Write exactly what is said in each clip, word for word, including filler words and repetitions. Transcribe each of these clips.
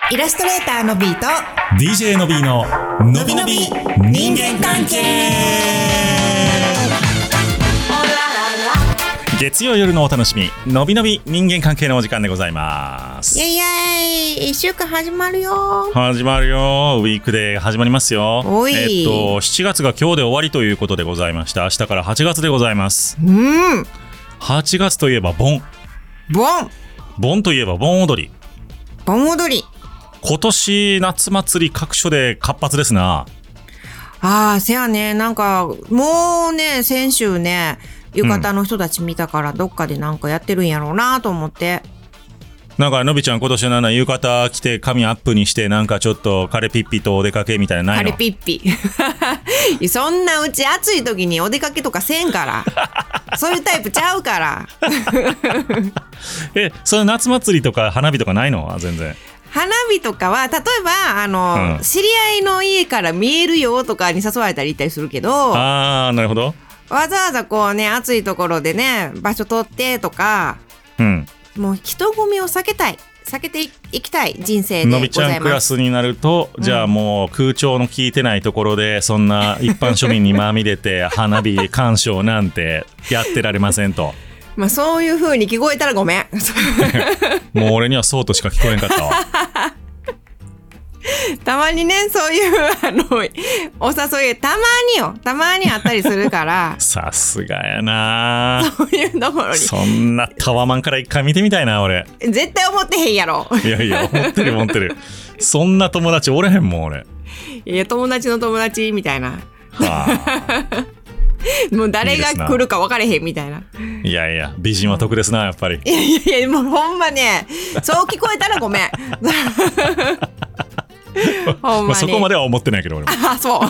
イラストレーターのビーとディージェー のビーののびのび人間関係。月曜夜のお楽しみ、のびのび人間関係のお時間でございます。 イエイイエイ、一週間始まるよ。 始まるよ。ウィークデー始まりますよ。 おい、 えっとしちがつが今日で終わりということでございました。明日からはちがつでございます。 うん。 はちがつといえば盆。 盆。 盆といえば盆踊り。 盆踊り。 今年夏祭り各所で活発ですな。 ああ、せやね。なんかもうね、先週ね、浴衣の人たち見たから、どっかでなんかやってるんやろうなと思って。 なんかのびちゃん今年の浴衣着て髪アップにしてなんかちょっとカレピッピとお出かけみたいなないの？ カレピッピそんなうち暑い時にお出かけとかせんからそういうタイプちゃうからえ、その夏祭りとか花火とかないの？全然。 花火とかは例えばあの、うん、知り合いの家から見えるよとかに誘われたり行ったりするけど、 あー、なるほど。 わざわざこうね、暑いところでね場所取ってとか、うん、もう人混みを避けたい避けていきたい人生でございます。のびちゃんクラスになると、うん、じゃあもう空調の効いてないところでそんな一般庶民にまみれて花火鑑賞なんてやってられませんとまあそういう風に聞こえたらごめんもう俺にはそうとしか聞こえんかったわたまにね、そういうあのお誘いたまによたまにあったりするからさすがやな。 そういうところにそんなタワマンから一回見てみたいな。俺絶対思ってへんやろ。 いやいや思ってる思ってるそんな友達おれへんもん俺。 いや友達の友達みたいな、 はあもう誰が来るか分かれへんみたいな。 いやいや美人は得ですなやっぱり。 いやいやいやもうほんまね、そう聞こえたらごめんほんまに、 まあ、そこまでは思ってないけど俺も。 あ、そう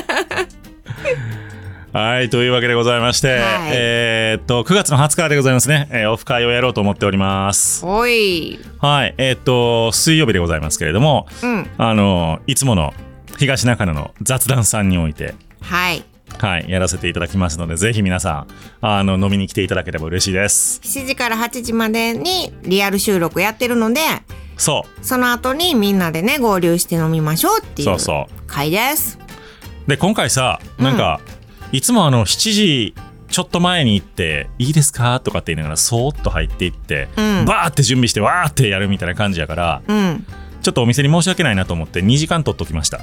はいというわけでございまして、はい、えー、っとくがつのはつかでございますね、えー、オフ会をやろうと思っております。 おい、 はいえー、っと水曜日でございますけれども、うん、あのいつもの東中野の雑談さんにおいてはいはい、やらせていただきますので、ぜひ皆さんあの飲みに来ていただければ嬉しいです。 しちじからはちじまでにリアル収録やってるので、 そうその後にみんなでね合流して飲みましょうっていうそうそう会です。 で今回さ、なんか、うん、いつもあのしちじちょっと前に行っていいですかとかって言いながらそーっと入っていって、うん、バーって準備してわーってやるみたいな感じやから、うん、ちょっとお店に申し訳ないなと思ってにじかん取っときました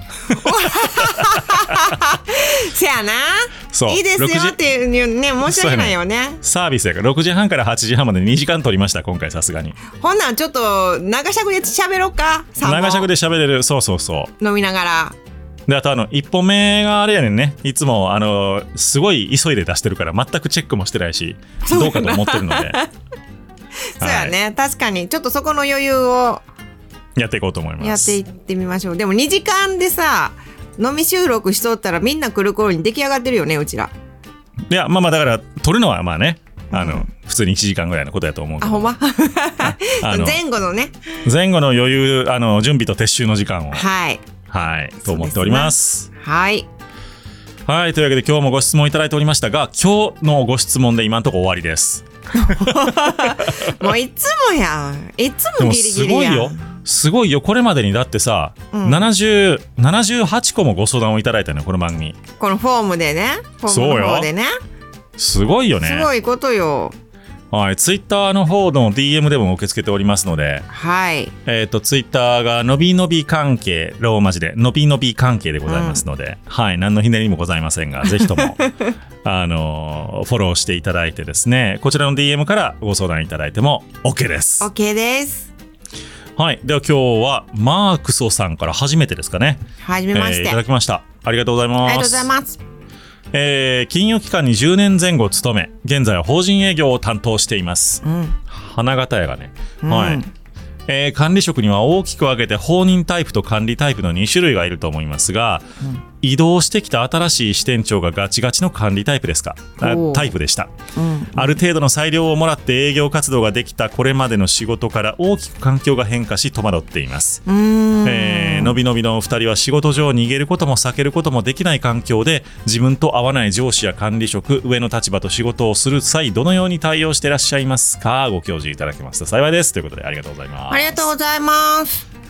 せやな、 そういいですよっていうね、申し訳ないよね。 サービスやからろくじはんからはちじはんまでにじかん取りました今回さすがに。 ほんなんちょっと長尺で喋ろうか。 長尺で喋れる。そうそうそう飲みながら。 であとあのいっぽんめがあれやねんね、いつもあのすごい急いで出してるから全くチェックもしてないしどうかと思ってるのでそうやね、はい、確かにちょっとそこの余裕をやっていこうと思います。 やっていってみましょう。でもにじかんでさ飲み収録しとったらみんな来る頃に出来上がってるよねうちら。 いやまあまあだから撮るのはまあね、あの、うん、普通にいちじかんぐらいのことやと思うけど。 あほんま前後のね前後の余裕あの準備と撤収の時間をはいはいと思っております。 はいはいというわけで今日もご質問いただいておりましたが、今日のご質問で今のところ終わりですもういつもやんいつもギリギリやん。 でもすごいよすごいよ。これまでにだってさ、うん、ななじゅう、ななじゅうはちこもご相談をいただいたのよこの番組。 このフォームでね、フォームの方でね。 すごいよね。 すごいことよ。 はい、ツイッターの方の ディーエム でも受け付けておりますので、 はい。 えっとツイッターがのびのび関係ローマ字でのびのび関係でございますので、うん、はい、何のひねりもございませんが、ぜひともあのフォローしていただいてですね、こちらの ディーエム からご相談いただいても OK です。 OK です。 はい、では今日はマークソさんから初めてですかね。 初めまして、 えー、いただきました。ありがとうございます。 ありがとうございます。 えー、金融機関にじゅうねんぜん後勤め、現在は法人営業を担当しています、うん、花形やがね、うん、はい、えー、管理職には大きく分けて放任タイプと管理タイプのに種類がいると思いますが、うん、移動してきた新しい支店長がガチガチの管理タイプですか？タイプでした、うんうん、ある程度の裁量をもらって営業活動ができたこれまでの仕事から大きく環境が変化し戸惑っています。うーん、えー、のびのびのお二人は仕事上逃げることも避けることもできない環境で自分と合わない上司や管理職、上の立場と仕事をする際どのように対応していらっしゃいますか？ご教示いただけますと幸いですということで、ありがとうございます。 ありがとうございます。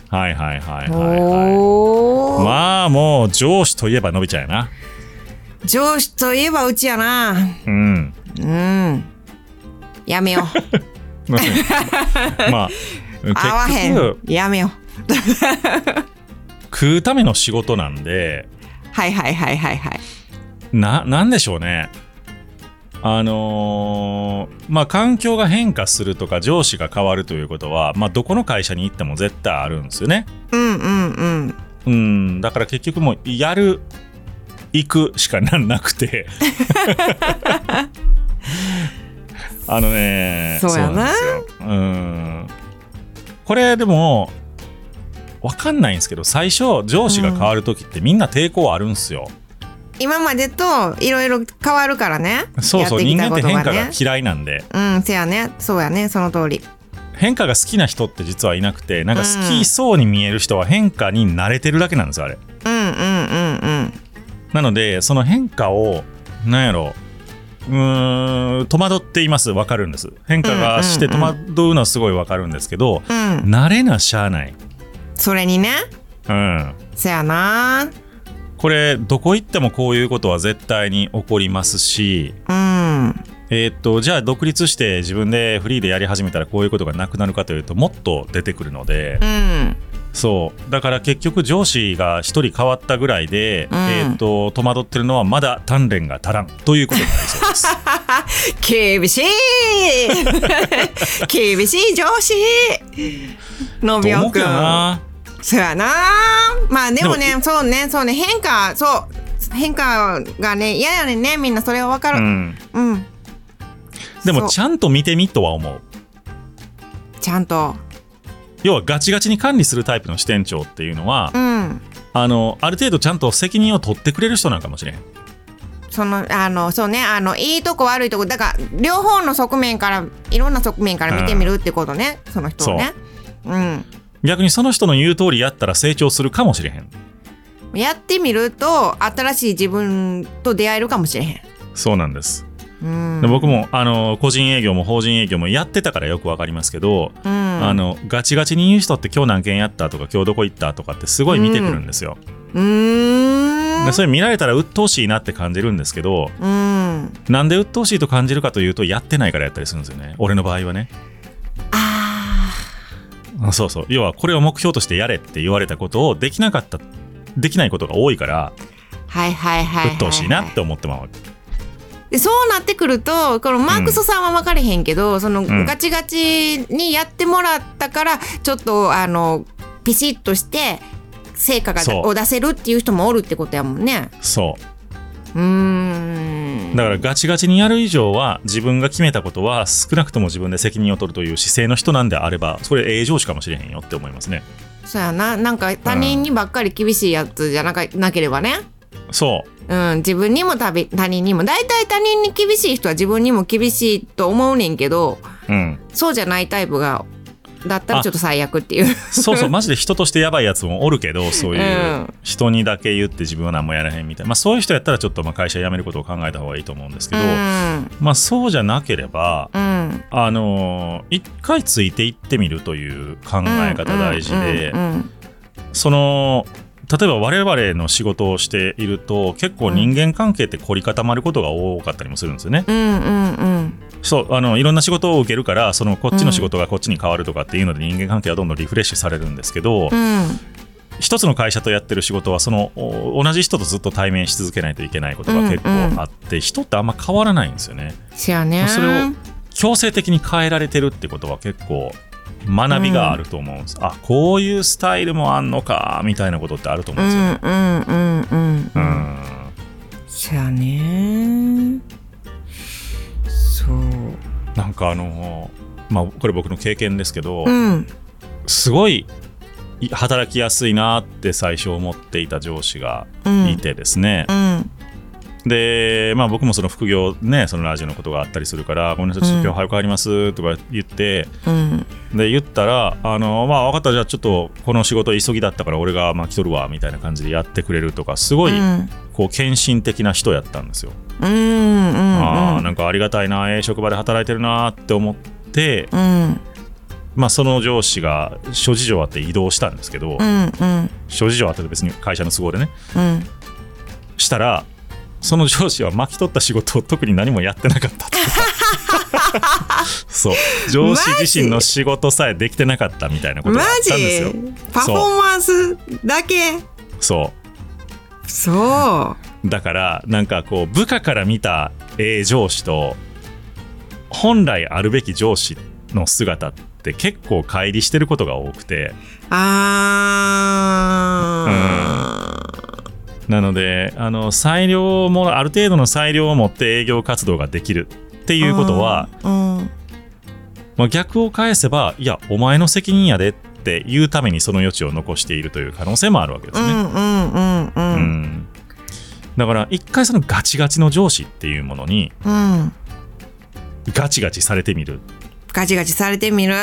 はいはいはいはいはい。まあもう上司といえばのびちゃんやな。 上司といえばうちやな。 うんうんやめようまあ合わへんやめよう食うための仕事なんで、 はいはいはいはいはい。 な、なんでしょうね。あのー、まあ環境が変化するとか上司が変わるということは、まあどこの会社に行っても絶対あるんですよね。 うんうんうん。 うん、だから結局もうやる、行くしかな、なくて。あのね、 そうやな。 そうなんですよ。うん。これでも、わかんないんですけど、最初上司が変わるときってみんな抵抗あるんですよ。 今までといろいろ変わるからね。 そうそう、人間って変化が嫌いなんで。 うん、せやね。そうやね、その通り。 変化が好きな人って実はいなくて、なんか好きそうに見える人は変化に慣れてるだけなんですよ、あれ。 うんうんうんうん。 なのでその変化をなんやろう、うーん戸惑っています。わかるんです。変化がして戸惑うのはすごいわかるんですけど、 うん、 慣れなしゃあない。 それにね。 うん。 せやな。 これどこ行ってもこういうことは絶対に起こりますし、 うん、 えー、っとじゃあ独立して自分でフリーでやり始めたらこういうことがなくなるかというともっと出てくるので、 うん、 そうだから結局上司が一人変わったぐらいで、うん、えー、っと戸惑ってるのはまだ鍛錬が足らんということになりそうです厳しい厳しい上司のびおくん。そうやな。まあでもね、そうね、そうね、変化、そう変化がね嫌やねんね、みんなそれはわかる。うん、うん、 でもちゃんと見てみとは思う。 ちゃんと要はガチガチに管理するタイプの支店長っていうのは、 うん、 あのある程度ちゃんと責任を取ってくれる人なんかもしれん。 そのあのそうね、あのいいとこ悪いとこだから両方の側面からいろんな側面から見てみるってことね、うん、その人をね。う、うん、 逆にその人の言う通りやったら成長するかもしれへん。 やってみると新しい自分と出会えるかもしれへん。 そうなんです。 うん、 で僕もあの個人営業も法人営業もやってたからよくわかりますけど、うん、あのガチガチに言う人って今日何件やったとか今日どこ行ったとかってすごい見てくるんですよ。 うん、 でそれ見られたら鬱陶しいなって感じるんですけど、 うん、 なんで鬱陶しいと感じるかというとやってないからやったりするんですよね、俺の場合はね。 ああ、そうそう、要はこれを目標としてやれって言われたことをできなかったできないことが多いから、 はいはいはい、 鬱陶しいなって思ってまう。 でそうなってくるとこのマークスさんは分かれへんけど、うん、そのガチガチにやってもらったからちょっとあのピシッとして成果がを出せるっていう人もおるってことやもんね。 そううーんだからガチガチにやる以上は自分が決めたことは少なくとも自分で責任を取るという姿勢の人なんであればそれええ上司かもしれへんよって思いますね。 そうやな。なんか他人にばっかり厳しいやつじゃなか、なければね。 そう、 うん、自分にも他人にもだいたい他人に厳しい人は自分にも厳しいと思うねんけど、 うん、 そうじゃないタイプがだったらちょっと最悪っていうそうそうマジで人としてやばいやつもおるけどそういう人にだけ言って自分は何もやらへんみたいな、まあ、そういう人やったらちょっとまあ会社辞めることを考えた方がいいと思うんですけど、うん、まあそうじゃなければ、うん、あの一回ついていってみるという考え方大事で、その例えば我々の仕事をしていると結構人間関係って凝り固まることが多かったりもするんですよね。 うんうんうん、 そうあのいろんな仕事を受けるからそのこっちの仕事がこっちに変わるとかっていうので人間関係はどんどんリフレッシュされるんですけど、うん、一つの会社とやってる仕事はその同じ人とずっと対面し続けないといけないことが結構あって、うんうん、人ってあんま変わらないんですよね。 そやね。 それを強制的に変えられてるってことは結構学びがあると思うんです、うん、あこういうスタイルもあんのかみたいなことってあると思うんですよね。 うんうんうんうんうん。そやね。そうなんかあのまあこれ僕の経験ですけど、 うん、 すごい働きやすいなって最初思っていた上司がいてですね、 うんうんでまあ、僕もその副業ねそのラジオのことがあったりするからごめんなさいちょっと今日早く帰りますとか言って、 うん、 で言ったらあの、まあ、分かったじゃあちょっとこの仕事急ぎだったから俺が巻き取るわみたいな感じでやってくれるとかすごい、うん、こう献身的な人やったんですよ。 うんうんうん、 あなんかありがたいなええ職場で働いてるなって思って、 うん、 まあ、その上司が諸事情あって移動したんですけど、 うんうん、 諸事情あって別に会社の都合でね、 うん、 したらその上司は巻き取った仕事を特に何もやってなかったってそう上司自身の仕事さえできてなかったみたいなことがあったんですよ。 マジパフォーマンスだけ。 そうそうだからなんかこう部下から見たええ上司と本来あるべき上司の姿って結構乖離してることが多くて、 あー、うん、なのであの裁量もある程度の裁量を持って営業活動ができるっていうことは、 うんまあ、逆を返せばいやお前の責任やでっていうためにその余地を残しているという可能性もあるわけですね。 うんうんうんうん、うん、 だから一回そのガチガチの上司っていうものに、 うん、 ガチガチされてみる。 ガチガチされてみる。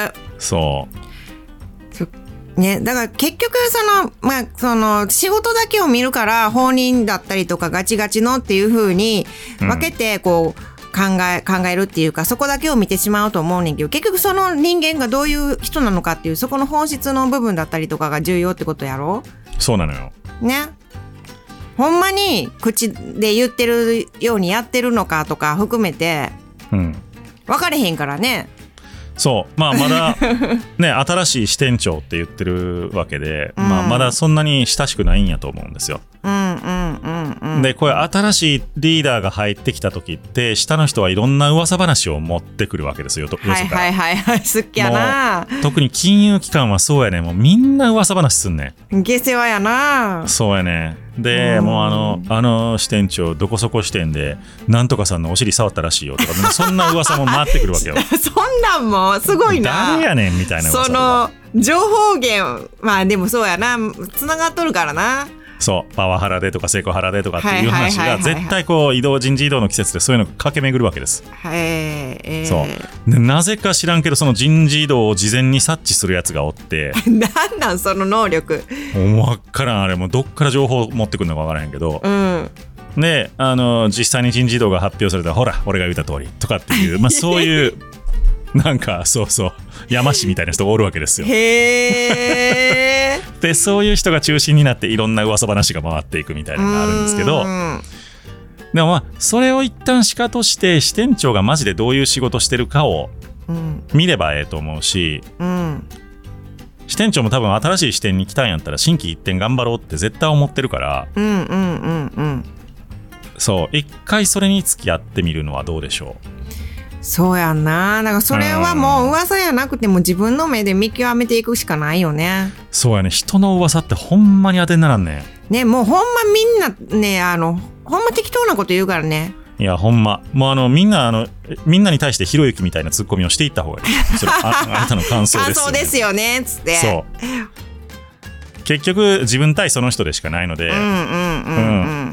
そうね、だから結局その、まあ、その仕事だけを見るから放任だったりとかガチガチのっていう風に分けてこう、うん考え、考えるっていうかそこだけを見てしまうと思うねんけど、結局その人間がどういう人なのかっていうそこの本質の部分だったりとかが重要ってことやろ。 そうなのよね。ほんまに口で言ってるようにやってるのかとか含めて、うん、分かれへんからね。 そうまあまだね新しい支店長って言ってるわけで、うんまあ、まだそんなに親しくないんやと思うんですよ。 うんうんうんうん、 でこれ新しいリーダーが入ってきた時って下の人はいろんな噂話を持ってくるわけですよ。よはいはいはいはい好きやな。 特に金融機関はそうやね。もうみんな噂話すんねん。下世話やな。 そうやね。でもうあのあの支店長どこそこ支店でなんとかさんのお尻触ったらしいよとかそんな噂も回ってくるわけよ。 そんなんもすごいな。 誰やねんみたいな噂。 その情報源まあでもそうやなつながっとるからな。 そうパワハラでとかセクハラでとかっていう話が絶対こう移動人事異動の季節でそういうのが駆け巡るわけです。 はい、えー、 そうでなぜか知らんけどその人事異動を事前に察知するやつがおってなんなんその能力。 もう分からんあれもうどっから情報を持ってくるのか分からへんけど、 うん、 であの実際に人事異動が発表されたらほら俺が言った通りとかっていう、まあ、そういうなんかそうそう山師みたいな人がおるわけですよ。 へーでそういう人が中心になっていろんな噂話が回っていくみたいなのがあるんですけど、でもまあそれを一旦シカとして支店長がマジでどういう仕事してるかを見ればええと思うし、 うん、 支店長も多分新しい支店に来たんやったら心機一転頑張ろうって絶対思ってるから、 うんうんうんうん、 そう一回それに付き合ってみるのはどうでしょう。 そうやんな。だからそれはもう噂やなくても自分の目で見極めていくしかないよね。 そうやね。人の噂ってほんまに当てにならんね。 ねもうほんまみんなねあのほんま適当なこと言うからね。 いやほんまもうあのみんなあのみんなに対してひろゆきみたいなツッコミをしていった方がいい。それ あ, あなたの感想ですよね。 感想ですよねつって。 そう結局自分対その人でしかないので、 うんうんうんうん、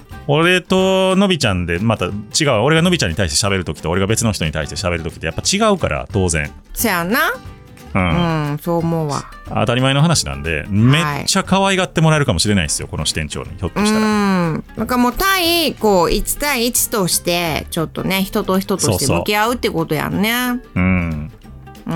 俺とのびちゃんでまた違う。俺がのびちゃんに対して喋るときと俺が別の人に対して喋るときってやっぱ違うから当然。 そやな、うん、うん、そう思うわ。 当たり前の話なんで、めっちゃ可愛がってもらえるかもしれないですよこの支店長にひょっとしたら。 うんなんかもう対こういち対いちとしてちょっとね人と人として向き合うってことやんね。 そうそう、うんうん、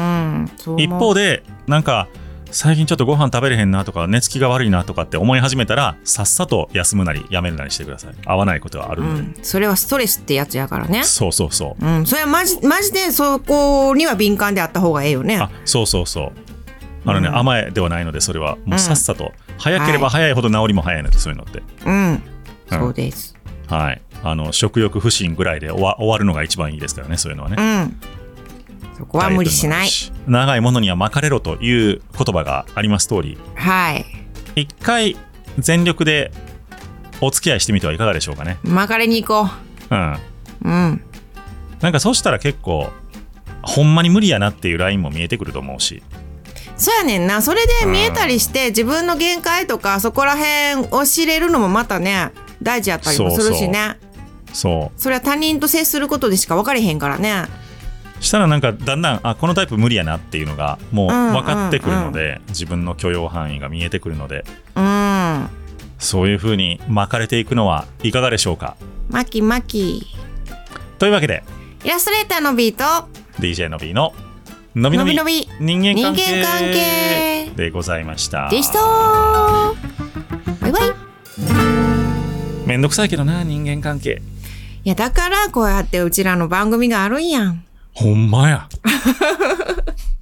そう一方でなんか最近ちょっとご飯食べれへんなとか寝つきが悪いなとかって思い始めたらさっさと休むなりやめるなりしてください。合わないことはあるんで、うん、 それはストレスってやつやからね。 そうそうそう、 うん、それはマジ、マジでそこには敏感であった方がええよね。 あそうそうそうあのね、うん、甘えではないのでそれはもうさっさと、うん、早ければ早いほど治りも早いので、はい、そういうのってうん、うん、 そうです。 はいあの食欲不振ぐらいで終 わ, 終わるのが一番いいですからねそういうのはね。 うんそこは無理しない。 長いものには巻かれろという言葉があります通り、 はい一回全力でお付き合いしてみてはいかがでしょうかね。 巻かれに行こう。うんうんなんかそうしたら結構ほんまに無理やなっていうラインも見えてくると思うし。 そうやねんな。それで見えたりして、うん、自分の限界とかそこら辺を知れるのもまたね大事やったりもするしね。 そうそうそれは他人と接することでしか分かれへんからね。 したらなんかだんだんあこのタイプ無理やなっていうのがもう分かってくるので、うんうんうん、自分の許容範囲が見えてくるので、 うん、 そういう風に巻かれていくのはいかがでしょうか。 巻き巻きというわけでイラストレーターのビーとディージェー のビーののびのびのび人間関人間関係係でございましたでしたバイバイ。 めんどくさいけどな人間関係。 いやだからこうやってうちらの番組があるんやん。 ほんまや